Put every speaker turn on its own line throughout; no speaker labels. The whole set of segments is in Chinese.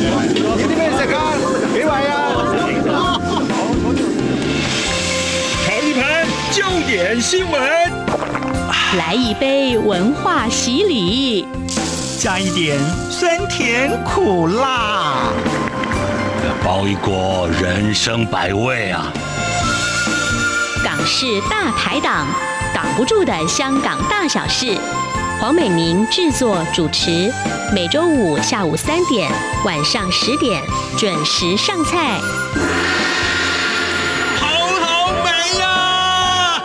啲咩食啊？幾位啊？
炒一盘焦点新闻，
来一杯文化洗礼，
加一点酸甜苦辣，
包一锅人生百味啊！
港式大排档，挡不住的香港大小事。黄美玲制作主持，每周五下午3点、晚上10点准时上菜。
好美呀！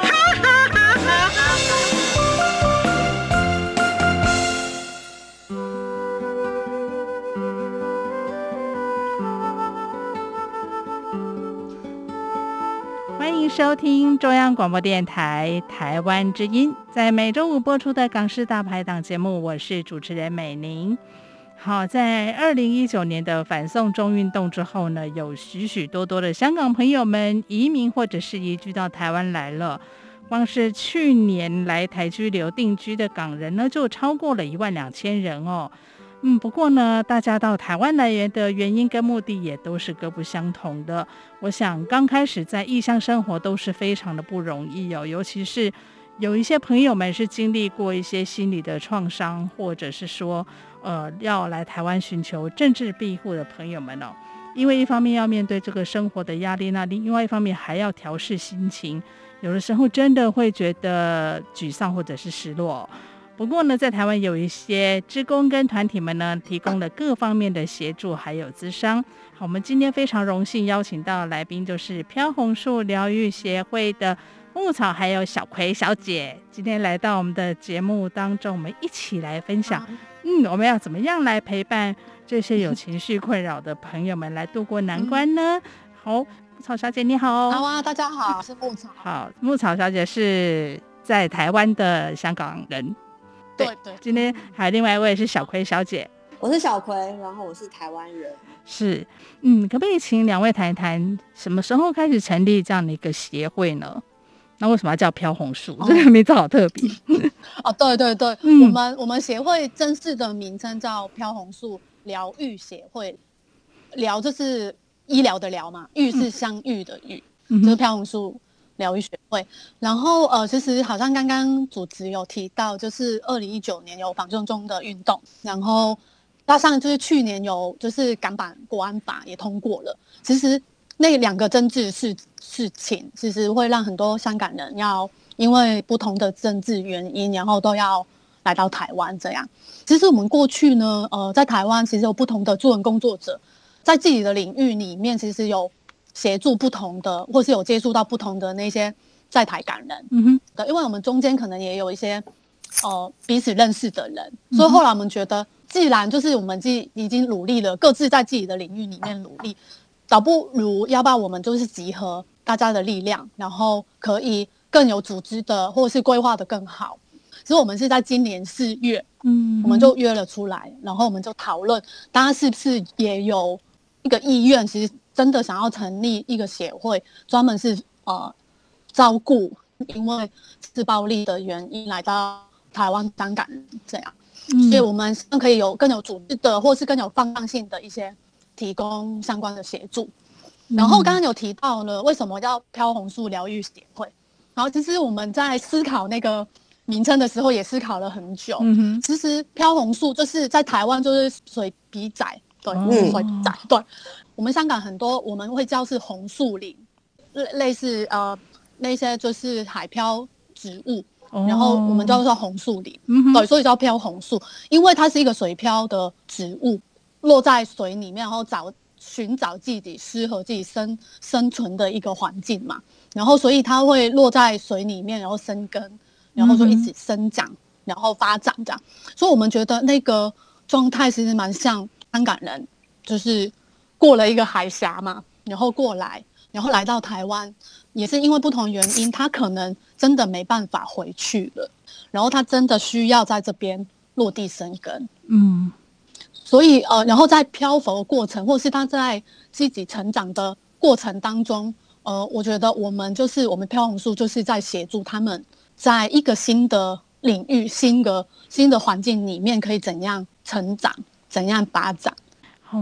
欢迎收听中央广播电台台湾之音，在每周五播出的港式大排档节目，我是主持人美玲。好，在2019年的反送中运动之后呢，有许许多多的香港朋友们移民或者是移居到台湾来了。光是去年来台居留定居的港人呢，就超过了12000人哦。不过呢，大家到台湾来的原因跟目的也都是各不相同的。我想刚开始在异乡生活都是非常的不容易哦，尤其是有一些朋友们是经历过一些心理的创伤，或者是说要来台湾寻求政治庇护的朋友们哦。因为一方面要面对这个生活的压力，那另外一方面还要调适心情，有的时候真的会觉得沮丧或者是失落。不过呢，在台湾有一些志工跟团体们呢，提供了各方面的协助还有咨商。好，我们今天非常荣幸邀请到来宾，就是飘红树疗愈协会的牧草还有小葵小姐，今天来到我们的节目当中，我们一起来分享我们要怎么样来陪伴这些有情绪困扰的朋友们来度过难关呢？好，牧草小姐你好。
好啊，大家好，我是牧草。
好，牧草小姐是在台湾的香港人。
对，
今天还有另外一位是小葵小姐。
我是小葵，然后我是台湾人。
是，可不可以请两位谈一谈什么时候开始成立这样的一个协会呢？那为什么要叫飘红树？这个名字好特别。
对，我们协会正式的名称叫飘红树疗愈协会。疗就是医疗的疗嘛，愈是相遇的愈，就是飘红树疗愈学会。然后其实好像刚刚主持有提到，就是2019年有反送中的运动，然后加上就是去年有就是港版国安法也通过了。其实那两个政治事情，其实会让很多香港人要因为不同的政治原因，然后都要来到台湾这样。其实我们过去呢，在台湾其实有不同的助人工作者，在自己的领域里面，其实有协助不同的，或是有接触到不同的那些在台港人。对，因为我们中间可能也有一些彼此认识的人，所以后来我们觉得，既然就是我们已经努力了，各自在自己的领域里面努力，倒不如要不然我们就是集合大家的力量，然后可以更有组织的，或是规划的更好。其实我们是在今年4月，我们就约了出来，然后我们就讨论，大家是不是也有一个意愿，其实真的想要成立一个协会，专门是照顾因为自暴力的原因来到台湾香港人这样。所以我们可以有更有组织的，或是更有方向性的一些提供相关的协助。然后刚刚有提到了为什么叫飘红树疗愈协会，然后其实我们在思考那个名称的时候也思考了很久。其实飘红树就是在台湾就是水笔仔，对，水笔仔，对。我们香港很多我们会叫是红树林，类似那些就是海漂植物，然后我们叫做红树林。对，所以叫飘红树，因为它是一个水漂的植物，落在水里面，然后寻找自己适合自己生存的一个环境嘛，然后所以它会落在水里面，然后生根，然后就一起生长，然后发展这样。所以我们觉得那个状态其实蛮像香港人，就是过了一个海峡嘛，然后过来，然后来到台湾，也是因为不同原因，他可能真的没办法回去了，然后他真的需要在这边落地生根。所以然后在漂浮的过程，或是他在自己成长的过程当中，我觉得我们飘红树就是在协助他们在一个新的领域、新的环境里面可以怎样成长、怎样发展。
好，那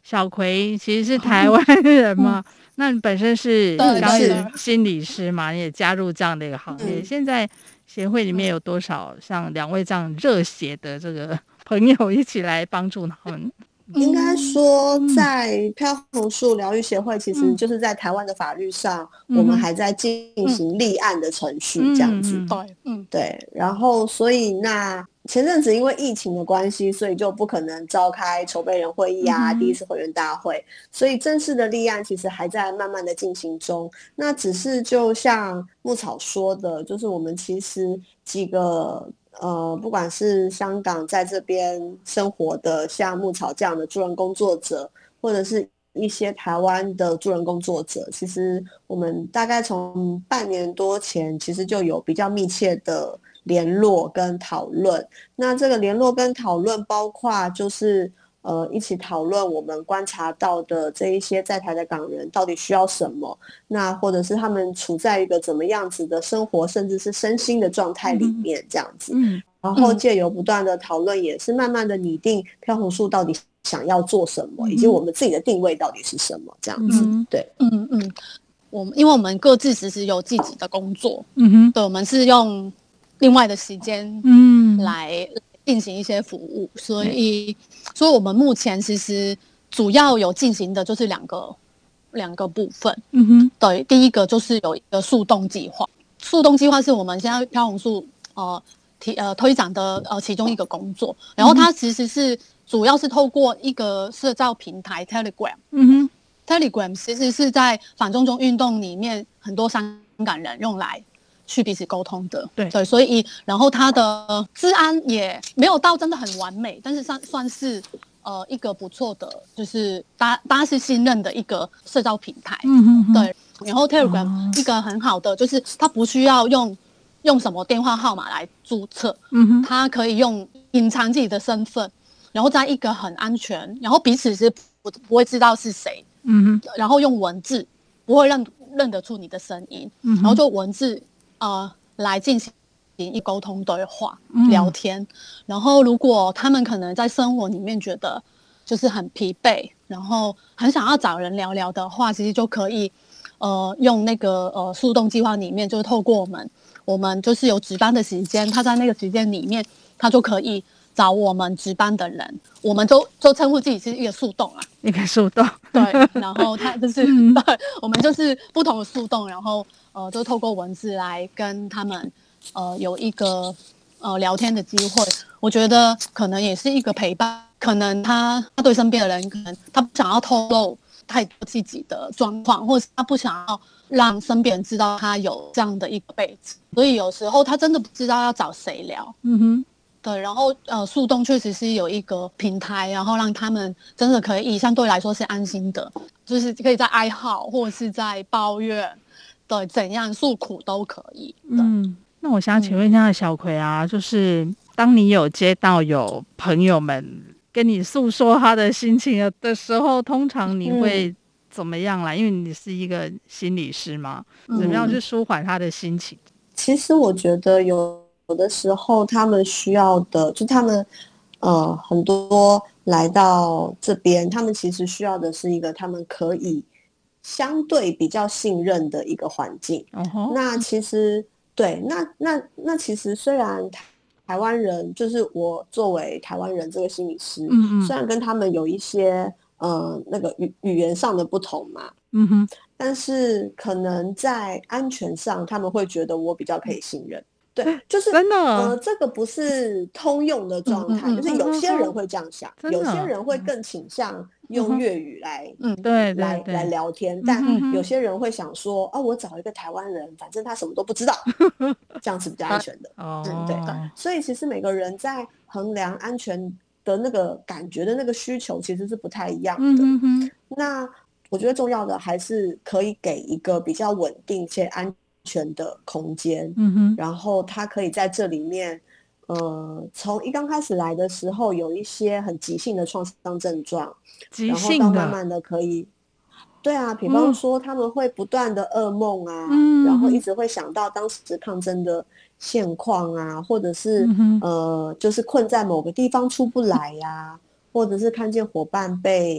小葵其实是台湾人嘛，那你本身是刚是心理师嘛，你也加入这样的一个行业。现在协会里面有多少像两位这样热血的这个朋友一起来帮助他们？
应该说，在飘红树疗愈协会，其实就是在台湾的法律上，我们还在进行立案的程序，这样子。对，然后所以那前阵子因为疫情的关系，所以就不可能召开筹备人会议啊，第一次会员大会，所以正式的立案其实还在慢慢的进行中。那只是就像牧草说的，就是我们其实几个不管是香港在这边生活的像牧草这样的助人工作者，或者是一些台湾的助人工作者，其实我们大概从半年多前其实就有比较密切的联络跟讨论。那这个联络跟讨论包括就是一起讨论我们观察到的这一些在台的港人到底需要什么，那或者是他们处在一个怎么样子的生活甚至是身心的状态里面这样子。然后借由不断的讨论，也是慢慢的拟定飘红树到底想要做什么，以及我们自己的定位到底是什么这样子。对，
因为我们各自其实有自己的工作，对，我们是用另外的时间来进行一些服务，所以我们目前其实主要有进行的就是两个部分。对，第一个就是有一个树洞计划，树洞计划是我们现在飘红树推展的其中一个工作，然后它其实是主要是透过一个社交平台 Telegram。Telegram 其实是在反中运动里面很多香港人用来去彼此沟通的。对，所以然后它的治安也没有到真的很完美，但是算是一个不错的，就是大家是信任的一个社交平台。对，然后 Telegram 一个很好的就是它不需要用什么电话号码来注册，他可以用隐藏自己的身份，然后在一个很安全，然后彼此是不会知道是谁，然后用文字不会认得出你的声音，然后就文字来进行沟通对话聊天，然后如果他们可能在生活里面觉得就是很疲惫，然后很想要找人聊聊的话，其实就可以用那个树洞计划里面，就是透过我们就是有值班的时间，他在那个时间里面，他就可以找我们值班的人，我们就称呼自己是一个树洞啊，
一个树洞。
对，然后他就是我们就是不同的树洞，然后就透过文字来跟他们有一个聊天的机会。我觉得可能也是一个陪伴，可能他对身边的人，可能他不想要透露太多自己的状况，或者是他不想要让身边人知道他有这样的一个背景，所以有时候他真的不知道要找谁聊。对，然后树洞确实是有一个平台，然后让他们真的可以相对来说是安心的，就是可以在哀嚎或者是在抱怨，对，怎样诉苦都可以。
那我想请问一下小葵啊，就是当你有接到有朋友们跟你诉说他的心情的时候，通常你会怎么样啦？因为你是一个心理师嘛，怎么样去舒缓他的心情？
其实我觉得有的时候他们需要的，就他们很多来到这边，他们其实需要的是一个他们可以相对比较信任的一个环境。那其实对，那其实虽然台湾人，就是我作为台湾人这个心理师，虽然跟他们有一些那个语言上的不同嘛，但是可能在安全上，他们会觉得我比较可以信任。对，就是
真的
这个不是通用的状态，就是有些人会这样想，有些人会更倾向用粤语来来聊天，但有些人会想说我找一个台湾人，反正他什么都不知道，这样是比较安全的。对，所以其实每个人在衡量安全的那个感觉的那个需求其实是不太一样的。那我觉得重要的还是可以给一个比较稳定且安全的空间，然后他可以在这里面从一刚开始来的时候有一些很急性的创伤症状，然后到慢慢的可以对啊，比方说他们会不断的噩梦啊，然后一直会想到当时抗争的现况啊，或者是就是困在某个地方出不来啊，或者是看见伙伴被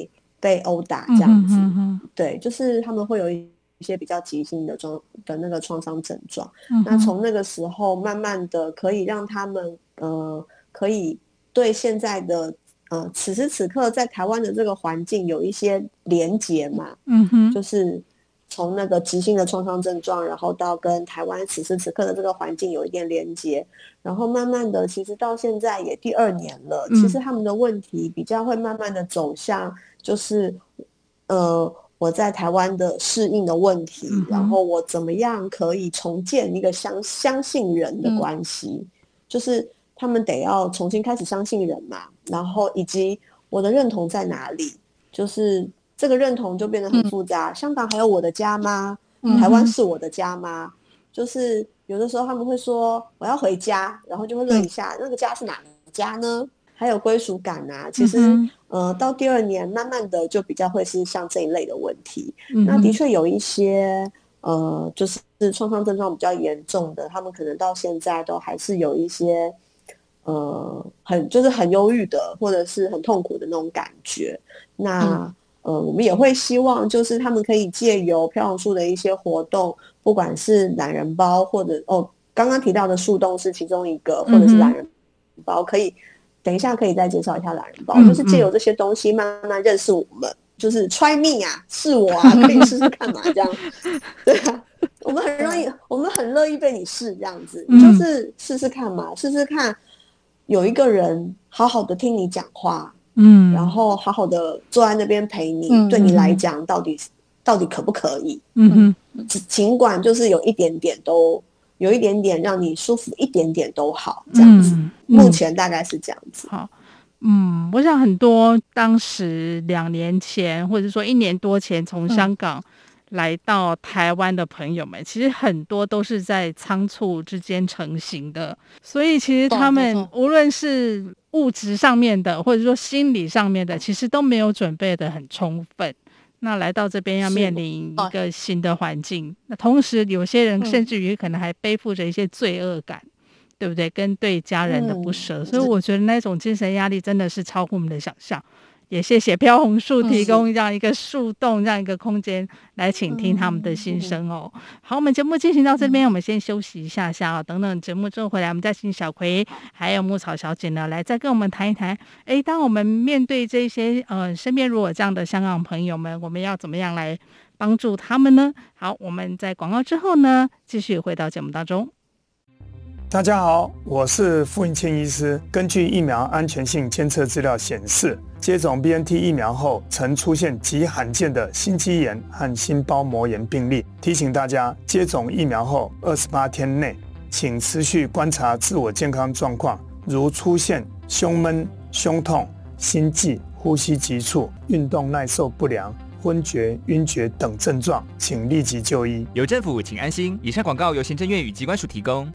被殴打这样子。对，就是他们会有一些比较急性的那个创伤症状。那从那个时候慢慢的可以让他们可以对现在的此时此刻在台湾的这个环境有一些连结嘛。就是从那个急性的创伤症状，然后到跟台湾此时此刻的这个环境有一点连结，然后慢慢的其实到现在也第2年了，其实他们的问题比较会慢慢的走向就是我在台湾的适应的问题，然后我怎么样可以重建一个相信人的关系，就是他们得要重新开始相信人嘛，然后以及我的认同在哪里，就是这个认同就变得很复杂。香港还有我的家吗？台湾是我的家吗？就是有的时候他们会说我要回家，然后就会愣一下，那个家是哪个家呢？还有归属感啊，其实到第2年慢慢的就比较会是像这一类的问题。那的确有一些就是创伤症状比较严重的，他们可能到现在都还是有一些就是很忧郁的或者是很痛苦的那种感觉。那我们也会希望就是他们可以借由飘红树的一些活动，不管是懒人包或者刚刚提到的树洞是其中一个，或者是懒人包，可以等一下可以再介绍一下懒人包，就是借由这些东西慢慢认识我们，就是 try me 啊，是我啊，可以试试看嘛，这样。对啊，我们很乐意被你试这样子，就是试试看嘛，试试看有一个人好好的听你讲话，然后好好的坐在那边陪你，对你来讲到底可不可以？尽管就是有一点点让你舒服一点点都好，这样子。目前大概是这样子。
好，我想很多当时2年前或者说1年多前从香港来到台湾的朋友们，其实很多都是在仓促之间成型的，所以其实他们无论是物质上面的或者说心理上面的，其实都没有准备的很充分。那来到这边要面临一个新的环境，那同时有些人甚至于可能还背负着一些罪恶感，对不对？跟对家人的不舍，所以我觉得那种精神压力真的是超乎我们的想象。也谢谢飘红树提供这样一个树洞，这样一个空间来倾听他们的心声哦。好，我们节目进行到这边，我们先休息一下下等等节目之后回来，我们再请小葵还有牧草小姐呢来再跟我们谈一谈。当我们面对这些身边如果这样的香港朋友们，我们要怎么样来帮助他们呢？好，我们在广告之后呢，继续回到节目当中。
大家好，我是傅英谦医师。根据疫苗安全性监测资料显示，接种 BNT 疫苗后曾出现极罕见的心肌炎和心包膜炎病例。提醒大家，接种疫苗后28天内，请持续观察自我健康状况，如出现胸闷、胸痛、心悸、呼吸急促、运动耐受不良、昏厥、晕厥等症状，请立即就医。
有政府，请安心。以上广告由行政院与疾管署提供。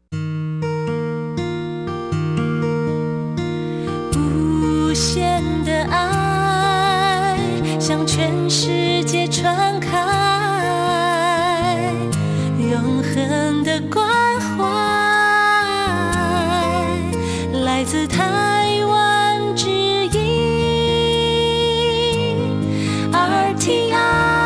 无限的爱向全世界传开，永恒的关怀来自台湾之音 RTI。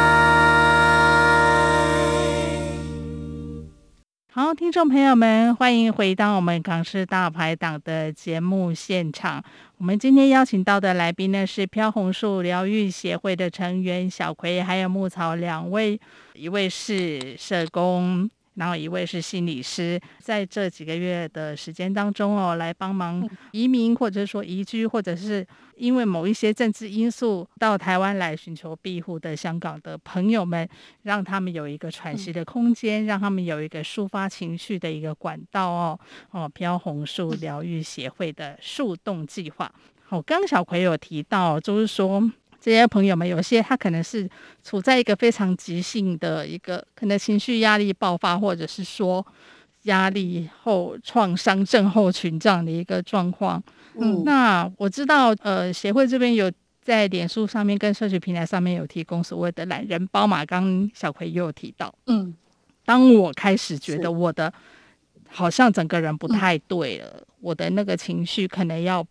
好，听众朋友们，欢迎回到我们港式大排档的节目现场。我们今天邀请到的来宾呢是飘红树疗愈协会的成员小葵还有牧草2位，一位是社工，然后一位是心理师，在这几个月的时间当中来帮忙移民或者说移居，或者是因为某一些政治因素到台湾来寻求庇护的香港的朋友们，让他们有一个喘息的空间，让他们有一个抒发情绪的一个管道飘红树疗愈协会的树洞计划。刚刚小葵有提到，就是说这些朋友们有些他可能是处在一个非常急性的一个可能情绪压力爆发，或者是说压力后创伤症候群这样的一个状况。那我知道协会这边有在脸书上面跟社群平台上面有提供所谓的懒人包嘛，刚刚小葵也有提到。当我开始觉得我的好像整个人不太对了，我的那个情绪可能要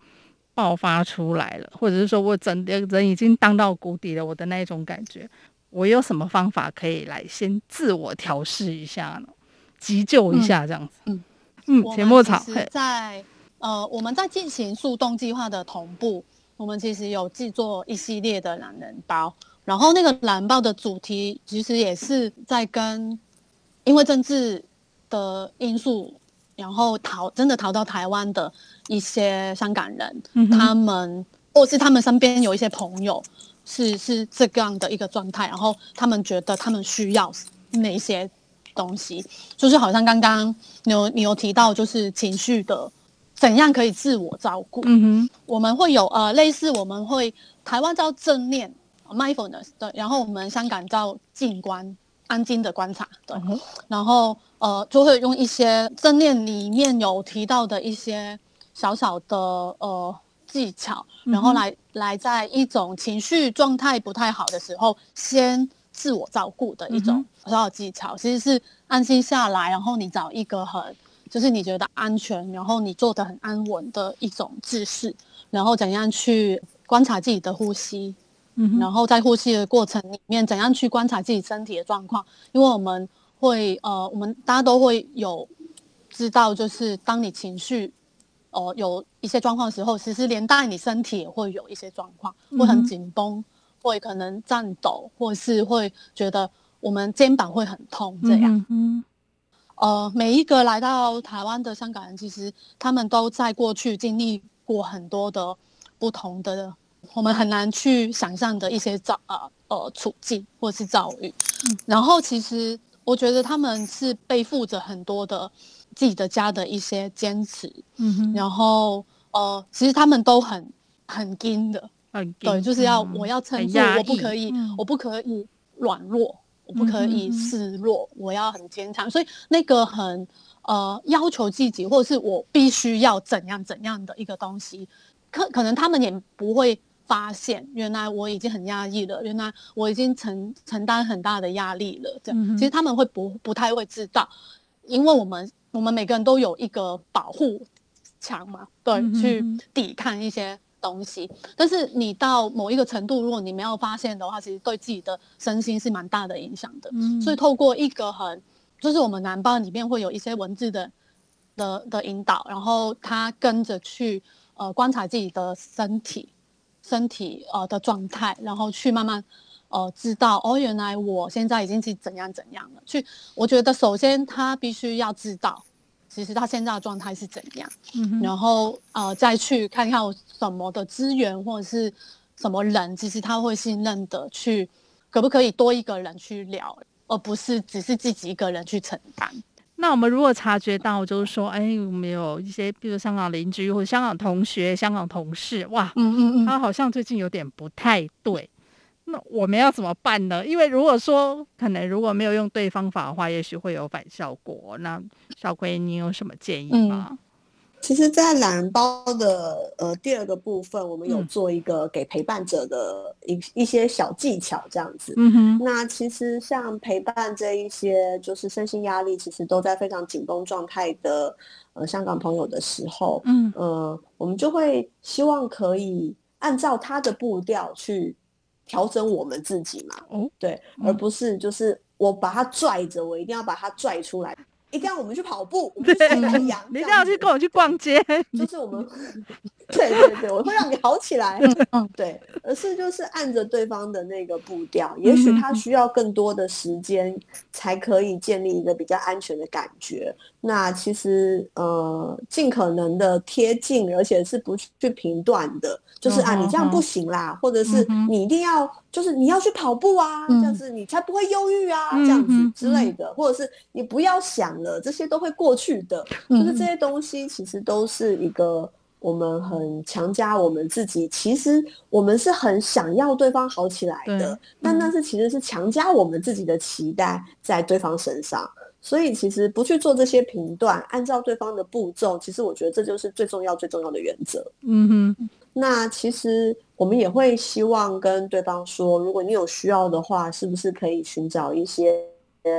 爆发出来了，或者是说我整个人已经荡到谷底了，我的那一种感觉，我有什么方法可以来先自我调试一下呢？急救一下这样子。
甜末草在我们在进行速冻计划的同步，我们其实有制作一系列的懒人包，然后那个懒人包的主题其实也是在跟因为政治的因素，然后真的逃到台湾的一些香港人，他们或是他们身边有一些朋友是这样的一个状态，然后他们觉得他们需要那些东西，就是好像刚刚你有提到，就是情绪的怎样可以自我照顾。我们会有类似我们会台湾叫正念 mindfulness 对，然后我们香港叫静观安静的观察对，然后就会用一些正念里面有提到的一些小小的技巧，然后来在一种情绪状态不太好的时候先自我照顾的一种小小技巧，其实是安心下来，然后你找一个就是你觉得安全，然后你做得很安稳的一种姿势，然后怎样去观察自己的呼吸，然后在呼吸的过程里面怎样去观察自己身体的状况，因为我们会我们大家都会有知道，就是当你情绪有一些状况的时候，其实连带你身体也会有一些状况，会很紧绷，会可能颤抖，或是会觉得我们肩膀会很痛这样。每一个来到台湾的香港人，其实他们都在过去经历过很多的不同的我们很难去想象的一些处境或是遭遇。然后其实我觉得他们是背负着很多的自己的家的一些坚持，然后其实他们都很硬的，对，就是我要撑住，我不可以软弱，我不可以示弱，我要很坚强，所以那个很要求自己，或者是我必须要怎样的一个东西，可能他们也不会发现，原来我已经很压抑了，原来我已经承担很大的压力了，这样，其实他们会不太会知道，因为我们每个人都有一个保护墙嘛，对，去抵抗一些东西，但是你到某一个程度，如果你没有发现的话，其实对自己的身心是蛮大的影响的。所以透过一个就是我们南邦里面会有一些文字的引导，然后他跟着去观察自己的身体的状态，然后去慢慢知道原来我现在已经是怎样了。我觉得首先他必须要知道，其实他现在的状态是怎样，然后再去看看有什么的资源或者是什么人，其实他会信任的去，可不可以多一个人去聊，而不是只是自己一个人去承担。
那我们如果察觉到，就是说，我们有一些，比如香港邻居或者香港同学、香港同事，哇，他好像最近有点不太对。那我们要怎么办呢？因为如果说可能如果没有用对方法的话，也许会有反效果。那小葵，你有什么建议吗？
其实在懒人包的第二个部分，我们有做一个给陪伴者的一些小技巧这样子。那其实像陪伴这一些就是身心压力其实都在非常紧绷状态的香港朋友的时候，我们就会希望可以按照他的步调去调整我们自己嘛，对，而不是就是我把他拽着，我一定要把他拽出来，一定要我们去跑步，我们去晒太阳，
你一定要去跟我去逛街，
就是我们对，我会让你好起来，对，而是就是按着对方的那个步调，也许他需要更多的时间才可以建立一个比较安全的感觉。那其实尽可能的贴近，而且是不去评断的，就是你这样不行啦，或者是你一定要就是你要去跑步啊，这样子你才不会忧郁啊，这样子之类的，或者是你不要想了，这些都会过去的，就是这些东西其实都是一个我们很强加我们自己，其实我们是很想要对方好起来的，但那是其实是强加我们自己的期待在对方身上，所以其实不去做这些评断，按照对方的步骤，其实我觉得这就是最重要的原则。那其实我们也会希望跟对方说，如果你有需要的话，是不是可以寻找一些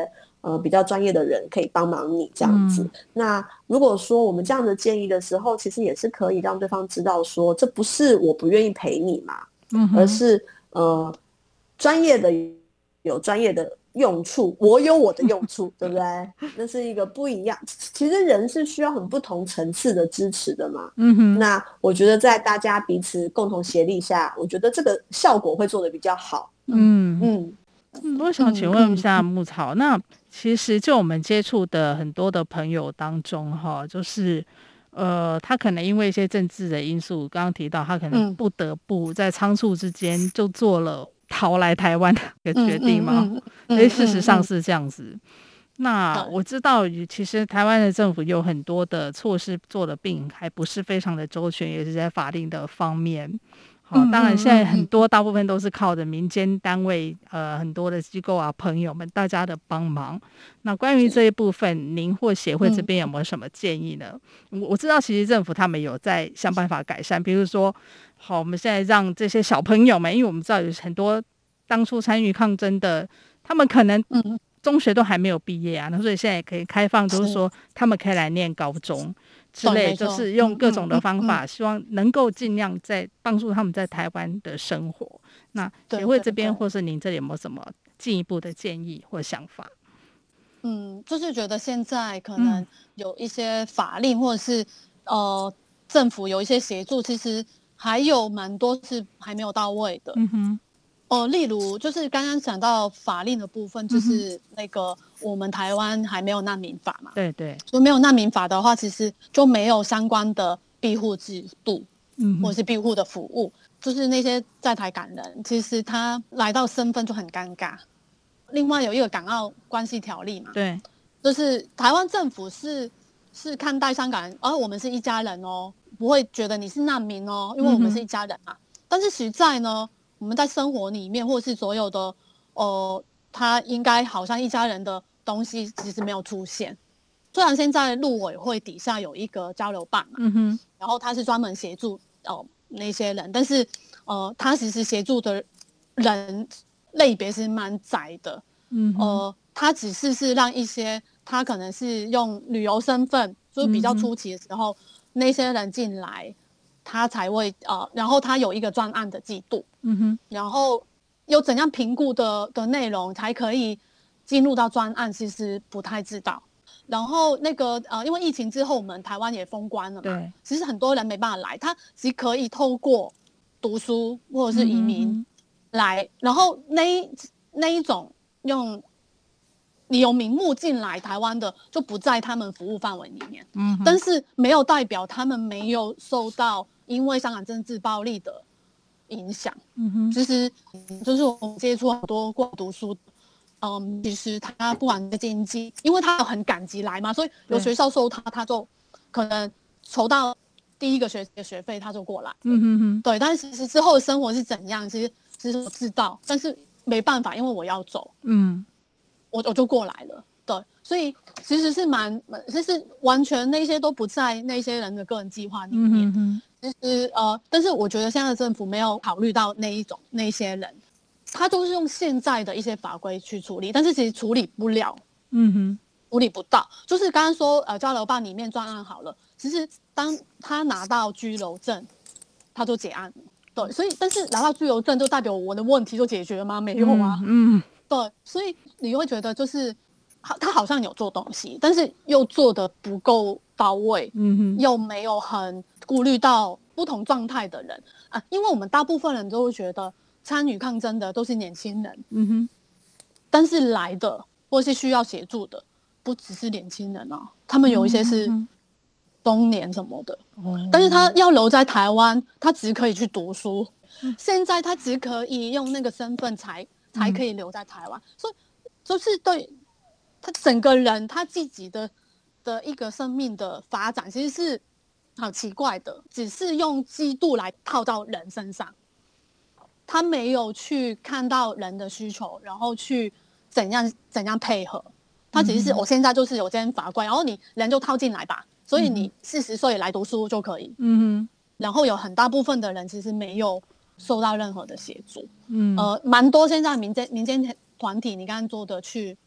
比较专业的人可以帮忙你这样子。那如果说我们这样的建议的时候，其实也是可以让对方知道说，这不是我不愿意陪你嘛，而是专业的有专业的用处，我有我的用处，对不对？那是一个不一样。其实人是需要很不同层次的支持的嘛。那我觉得在大家彼此共同协力下，我觉得这个效果会做得比较好。
我想请问一下牧草，那其实就我们接触的很多的朋友当中哈，就是他可能因为一些政治的因素，刚刚提到他可能不得不在仓促之间就做了逃来台湾的决定嘛，所以事实上是这样子。那我知道其实台湾的政府有很多的措施做的并还不是非常的周全，也是在法令的方面。当然现在很多大部分都是靠着民间单位很多的机构啊朋友们大家的帮忙。那关于这一部分您或协会这边有没有什么建议呢？我知道其实政府他们有在想办法改善，比如说好我们现在让这些小朋友们，因为我们知道有很多当初参与抗争的他们可能中学都还没有毕业啊，那所以现在也可以开放就是说他们可以来念高中之类，就是用各种的方法希望能够尽量在帮助他们在台湾的生活。那协会这边或是您这里有没有什么进一步的建议或想法？
就是觉得现在可能有一些法令或者是政府有一些协助，其实还有蛮多是还没有到位的。例如就是刚刚讲到法令的部分，就是那个我们台湾还没有难民法嘛，
对对，
所以没有难民法的话，其实就没有相关的庇护制度，或者是庇护的服务，就是那些在台港人，其实他来到身份就很尴尬。另外有一个港澳关系条例嘛，
对，
就是台湾政府是看待香港人，我们是一家人哦，不会觉得你是难民哦，因为我们是一家人嘛。但是实在呢，我们在生活里面，或是所有的他应该好像一家人的东西，其实没有出现。虽然现在陆委会底下有一个交流办嘛，然后他是专门协助那些人，但是他其实协助的人类别是蛮窄的。他只是让一些他可能是用旅游身份，就是比较初期的时候，那些人进来。他才会然后他有一个专案的季度，然后有怎样评估的内容才可以进入到专案，其实不太知道。然后那个因为疫情之后，我们台湾也封关了嘛，其实很多人没办法来，他只可以透过读书或者是移民来，然后那一种用你有名目进来台湾的，就不在他们服务范围里面。但是没有代表他们没有受到因为香港政治暴力的影响。其实就是我们接触很多过来读书，其实他不管在经济，因为他很赶急来嘛，所以有学校收他就可能筹到第一个学期的学费他就过来。对，但是其实之后的生活是怎样，其实我知道，但是没办法，因为我要走。我就过来了，对，所以其实是就是完全那些都不在那些人的个人计划里面。其实但是我觉得现在的政府没有考虑到那些人，他都是用现在的一些法规去处理，但是其实处理不了，处理不到。就是刚刚说交流办里面专案好了，其实当他拿到居留证，他就结案了，对，所以但是拿到居留证就代表我的问题就解决了吗？没有啊。对，所以你会觉得就是他好像有做东西，但是又做得不够到位，又没有很顾虑到不同状态的人啊。因为我们大部分人都会觉得参与抗争的都是年轻人，但是来的或是需要协助的不只是年轻人啊，他们有一些是中年什么的，但是他要留在台湾，他只可以去读书，现在他只可以用那个身份才可以留在台湾，所以就是对他整个人他自己的一个生命的发展，其实是好奇怪的，只是用制度来套到人身上，他没有去看到人的需求，然后去怎样配合，他只是我现在就是有这样法规，然后你人就套进来吧，所以你40岁来读书就可以，然后有很大部分的人其实没有受到任何的协助，蛮多现在民间团体，你刚刚说的去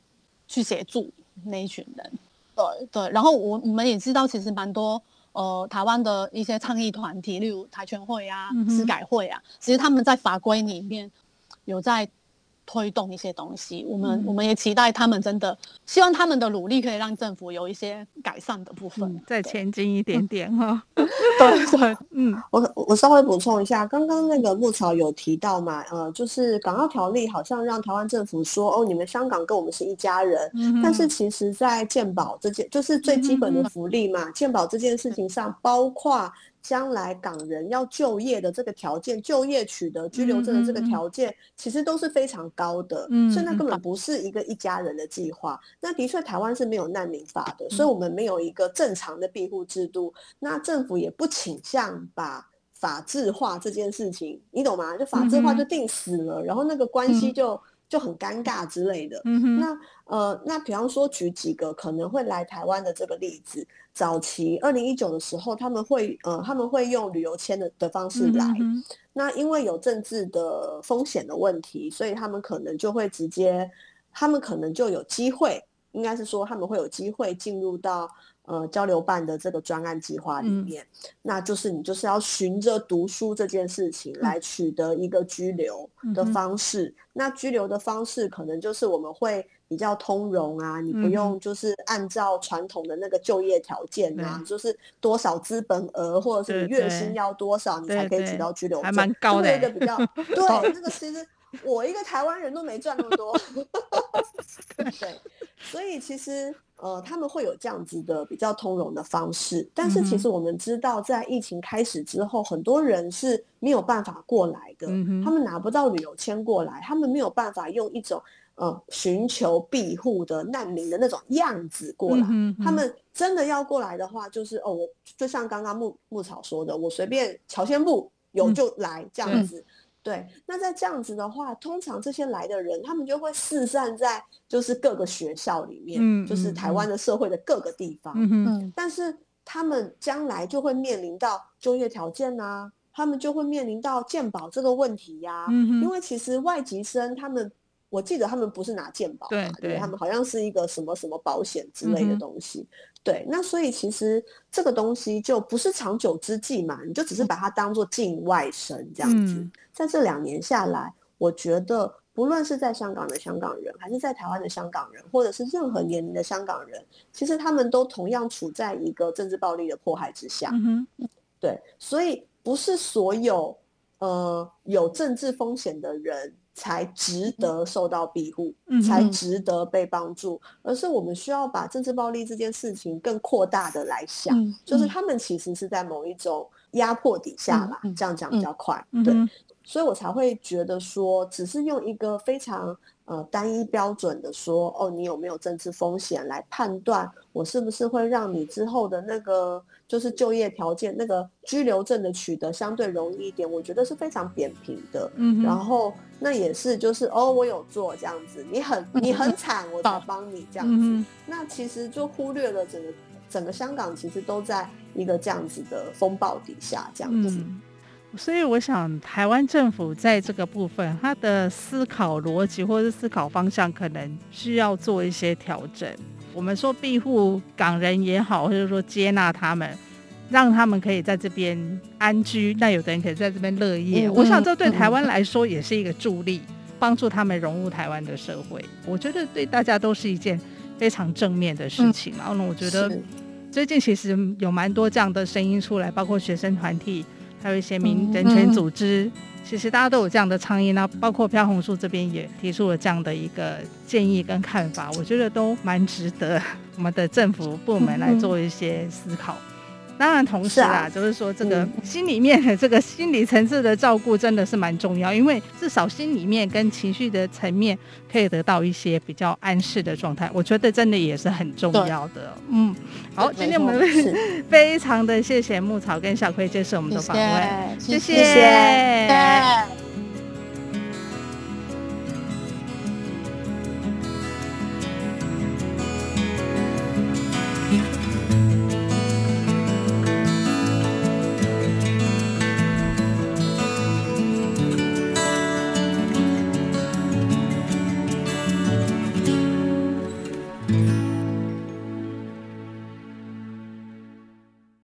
去协助那一群人。对，然后我们也知道，其实蛮多台湾的一些倡议团体，例如台全会啊、司改会啊，其实他们在法规里面有在推动一些东西，我们也期待他们真的，希望他们的努力可以让政府有一些改善的部分，
再前进一点点哈。
对，
我稍微补充一下，刚刚那个牧草有提到嘛，就是港澳条例好像让台湾政府说，你们香港跟我们是一家人，但是其实在健保这件就是最基本的福利嘛，健保这件事情上，包括将来港人要就业的这个条件，就业取得居留证的这个条件，其实都是非常高的，所以那根本不是一个一家人的计划。那的确台湾是没有难民法的，所以我们没有一个正常的庇护制度，那政府也不倾向把法制化这件事情，你懂吗？就法制化就定死了，然后那个关系就很尴尬之类的。那比方说举几个可能会来台湾的这个例子，早期2019的时候，他们会用旅游签的方式来，那因为有政治的风险的问题，所以他们可能就会他们可能就有机会，应该是说他们会有机会进入到交流办的这个专案计划里面，那就是你就是要循着读书这件事情来取得一个居留的方式，那居留的方式可能就是我们会比较通融啊，你不用就是按照传统的那个就业条件啊，就是多少资本额或者是你月薪要多少你才可以取到居留证，
还蛮高的，
一个比较对，那个其实我一个台湾人都没赚那么多对，所以其实他们会有这样子的比较通融的方式，但是其实我们知道在疫情开始之后，很多人是没有办法过来的，他们拿不到旅游签过来，他们没有办法用一种寻求庇护的难民的那种样子过来，他们真的要过来的话，就是我就像刚刚牧草说的，我随便侨先部有就来这样子。对，那在这样子的话，通常这些来的人，他们就会四散在就是各个学校里面，就是台湾的社会的各个地方。但是他们将来就会面临到就业条件啊，他们就会面临到健保这个问题呀。因为其实外籍生我记得他们不是拿健保嘛，对，他们好像是一个什么什么保险之类的东西。对，那所以其实这个东西就不是长久之计嘛，你就只是把它当作境外生这样子。在这2年下来，我觉得不论是在香港的香港人，还是在台湾的香港人，或者是任何年龄的香港人，其实他们都同样处在一个政治暴力的迫害之下。对，所以不是所有有政治风险的人才值得受到庇护，才值得被帮助，而是我们需要把政治暴力这件事情更扩大的来想，就是他们其实是在某一种压迫底下啦，这样讲比较快。对，所以我才会觉得说，只是用一个非常单一标准的说，你有没有政治风险来判断我是不是会让你之后的那个就是就业条件那个居留证的取得相对容易一点，我觉得是非常扁平的。然后那也是就是我有做这样子，你很惨我才帮你这样子。那其实就忽略了整个香港其实都在一个这样子的风暴底下这样子。
所以我想台湾政府在这个部分他的思考逻辑或是思考方向可能需要做一些调整。我们说庇护港人也好，或者说接纳他们，让他们可以在这边安居，那有的人可以在这边乐业，我想这对台湾来说也是一个助力，帮助他们融入台湾的社会，我觉得对大家都是一件非常正面的事情。然后呢，我觉得最近其实有蛮多这样的声音出来，包括学生团体还有一些人权组织，其实大家都有这样的倡议，那包括飘红树这边也提出了这样的一个建议跟看法，我觉得都蛮值得我们的政府部门来做一些思考。当然同时就是说这个心里面的这个心理层次的照顾真的是蛮重要，因为至少心里面跟情绪的层面可以得到一些比较安适的状态，我觉得真的也是很重要的。好，今天我们非常的谢谢牧草跟小葵接受我们的访问，谢谢。